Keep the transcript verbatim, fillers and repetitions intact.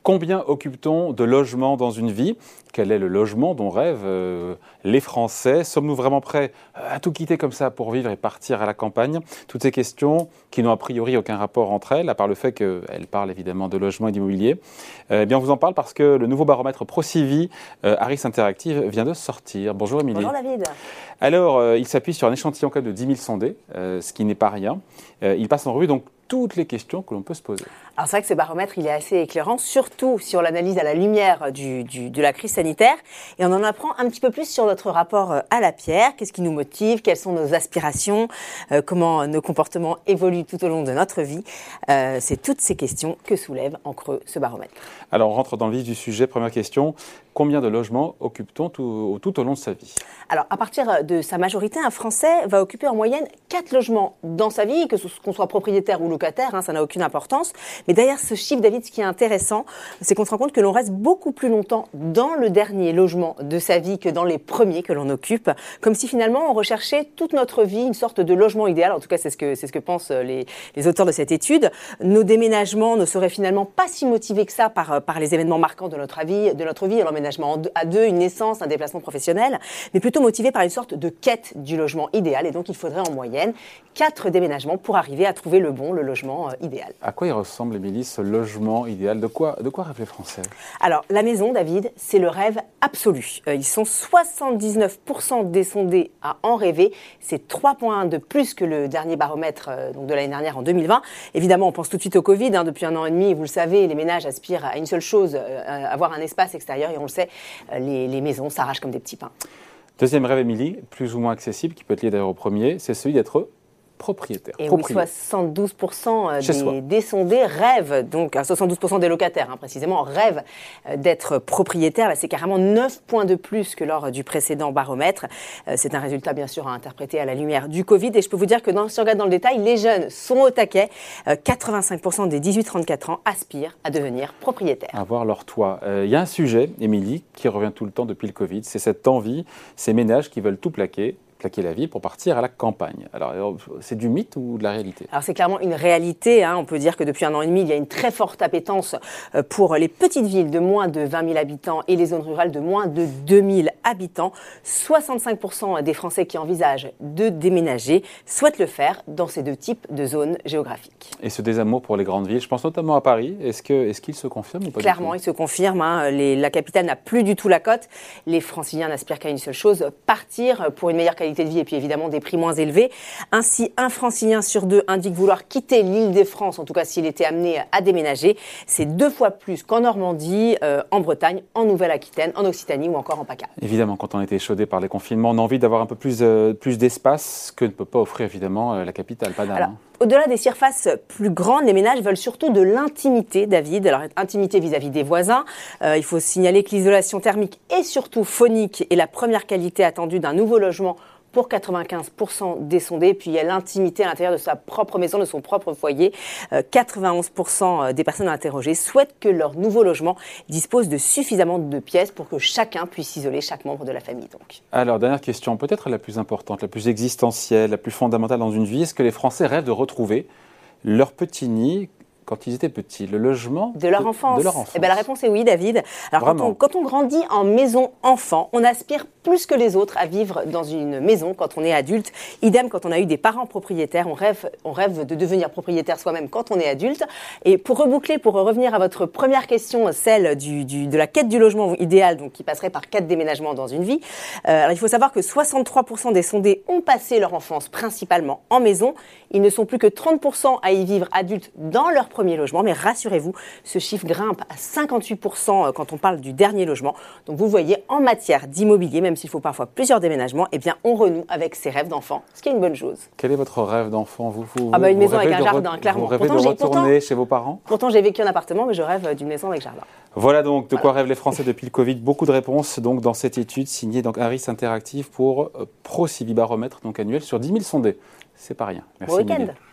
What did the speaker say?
Combien occupe-t-on de logements dans une vie? Quel est le logement dont rêvent euh, les Français? Sommes-nous vraiment prêts à tout quitter comme ça pour vivre et partir à la campagne? Toutes ces questions qui n'ont a priori aucun rapport entre elles, à part le fait qu'elles parlent évidemment de logement et d'immobilier. Euh, eh bien, on vous en parle parce que le nouveau baromètre ProCivi euh, Harris Interactive vient de sortir. Bonjour Émilie. Bonjour David. Alors, euh, il s'appuie sur un échantillon de dix mille sondés, euh, ce qui n'est pas rien. Euh, il passe en revue donc toutes les questions que l'on peut se poser. Alors c'est vrai que ce baromètre, il est assez éclairant, surtout si on l'analyse à la lumière du, du, de la crise sanitaire. Et on en apprend un petit peu plus sur notre rapport à la pierre, qu'est-ce qui nous motive, quelles sont nos aspirations, euh, comment nos comportements évoluent tout au long de notre vie. Euh, c'est toutes ces questions que soulève en creux ce baromètre. Alors on rentre dans le vif du sujet. Première question, combien de logements occupe-t-on tout, tout au long de sa vie? Alors à partir de sa majorité, un Français va occuper en moyenne quatre logements dans sa vie, que ce, qu'on soit propriétaire ou locataire, hein, ça n'a aucune importance. Mais derrière ce chiffre, David, ce qui est intéressant, c'est qu'on se rend compte que l'on reste beaucoup plus longtemps dans le dernier logement de sa vie que dans les premiers que l'on occupe, comme si finalement on recherchait toute notre vie une sorte de logement idéal. En tout cas, c'est ce que, c'est ce que pensent les, les auteurs de cette étude. Nos déménagements ne seraient finalement pas si motivés que ça par, par les événements marquants de notre vie, de notre vie, l'emménagement à deux, une naissance, un déplacement professionnel, mais plutôt motivés par une sorte de quête du logement idéal. Et donc, il faudrait en moyenne quatre déménagements pour arriver à trouver le bon, le logement idéal. À quoi il ressemble, Émilie, ce logement idéal? De quoi, de quoi rêvent les Français? Alors, la maison, David, c'est le rêve absolu. Euh, ils sont soixante-dix-neuf pour cent des sondés à en rêver. C'est trois points de plus que le dernier baromètre euh, donc de l'année dernière en deux mille vingt. Évidemment, on pense tout de suite au Covid. Hein, depuis un an et demi, vous le savez, les ménages aspirent à une seule chose, euh, avoir un espace extérieur. Et on le sait, euh, les, les maisons s'arrachent comme des petits pains. Deuxième rêve, Émilie, plus ou moins accessible, qui peut être lié d'ailleurs au premier, c'est celui d'être propriétaire. Et oui, soixante-douze pour cent des, des sondés rêvent, donc soixante-douze pour cent des locataires hein, précisément, rêvent d'être propriétaires. Là, c'est carrément neuf points de plus que lors du précédent baromètre. C'est un résultat bien sûr à interpréter à la lumière du Covid. Et je peux vous dire que dans, si on regarde dans le détail, les jeunes sont au taquet. quatre-vingt-cinq pour cent des dix-huit trente-quatre ans aspirent à devenir propriétaires. Avoir leur toit. Il euh, y a un sujet, Émilie, qui revient tout le temps depuis le Covid, c'est cette envie, ces ménages qui veulent tout plaquer, plaquer la vie pour partir à la campagne. Alors, c'est du mythe ou de la réalité? Alors, c'est clairement une réalité. Hein. On peut dire que depuis un an et demi, il y a une très forte appétence pour les petites villes de moins de vingt mille habitants et les zones rurales de moins de deux mille habitants. soixante-cinq pour cent des Français qui envisagent de déménager souhaitent le faire dans ces deux types de zones géographiques. Et ce désamour pour les grandes villes, je pense notamment à Paris, est-ce que, est-ce qu'il se confirme ou pas? Clairement, il se confirme. Hein. Les, la capitale n'a plus du tout la cote. Les Franciliens n'aspirent qu'à une seule chose, partir pour une meilleure qualité de vie et puis évidemment des prix moins élevés. Ainsi, un Francilien sur deux indique vouloir quitter l'Île-de-France, en tout cas s'il était amené à déménager. C'est deux fois plus qu'en Normandie, euh, en Bretagne, en Nouvelle-Aquitaine, en Occitanie ou encore en PACA. Évidemment, quand on était échaudé par les confinements, on a envie d'avoir un peu plus, euh, plus d'espace que ne peut pas offrir évidemment euh, la capitale, pas d'âme. Au-delà des surfaces plus grandes, les ménages veulent surtout de l'intimité, David. Alors, intimité vis-à-vis des voisins. Euh, il faut signaler que l'isolation thermique et surtout phonique est la première qualité attendue d'un nouveau logement pour quatre-vingt-quinze pour cent des sondés. Puis il y a l'intimité à l'intérieur de sa propre maison, de son propre foyer. Euh, quatre-vingt-onze pour cent des personnes interrogées souhaitent que leur nouveau logement dispose de suffisamment de pièces pour que chacun puisse isoler chaque membre de la famille. Donc. Alors, dernière question, peut-être la plus importante, la plus existentielle, la plus fondamentale dans une vie. Est-ce que les Français rêvent de retrouver leur petit nid quand ils étaient petits, le logement de leur enfance? De, de leur enfance. Eh bien, la réponse est oui, David. Alors, quand on, quand on grandit en maison enfant, on aspire plus que les autres à vivre dans une maison quand on est adulte. Idem, quand on a eu des parents propriétaires, on rêve, on rêve de devenir propriétaire soi-même quand on est adulte. Et pour reboucler, pour revenir à votre première question, celle du, du, de la quête du logement idéal, donc qui passerait par quatre déménagements dans une vie. Euh, alors, il faut savoir que soixante-trois pour cent des sondés ont passé leur enfance principalement en maison. Ils ne sont plus que trente pour cent à y vivre adultes dans leur premier logement, mais rassurez-vous, ce chiffre grimpe à cinquante-huit pour cent quand on parle du dernier logement. Donc vous voyez, en matière d'immobilier, même s'il faut parfois plusieurs déménagements, eh bien on renoue avec ses rêves d'enfant, ce qui est une bonne chose. Quel est votre rêve d'enfant? vous, vous, Ah bah une vous maison avec un re... jardin, clairement. Vous rêvez pourtant, de retourner pourtant, chez vos parents? Pourtant j'ai vécu en appartement, mais je rêve d'une maison avec jardin. Voilà donc de voilà. quoi rêvent les Français depuis le Covid. Beaucoup de réponses donc dans cette étude signée donc Harris Interactive pour ProCivi Baromètre, donc annuel sur dix mille sondés. C'est pas rien. Merci. Bon week-end.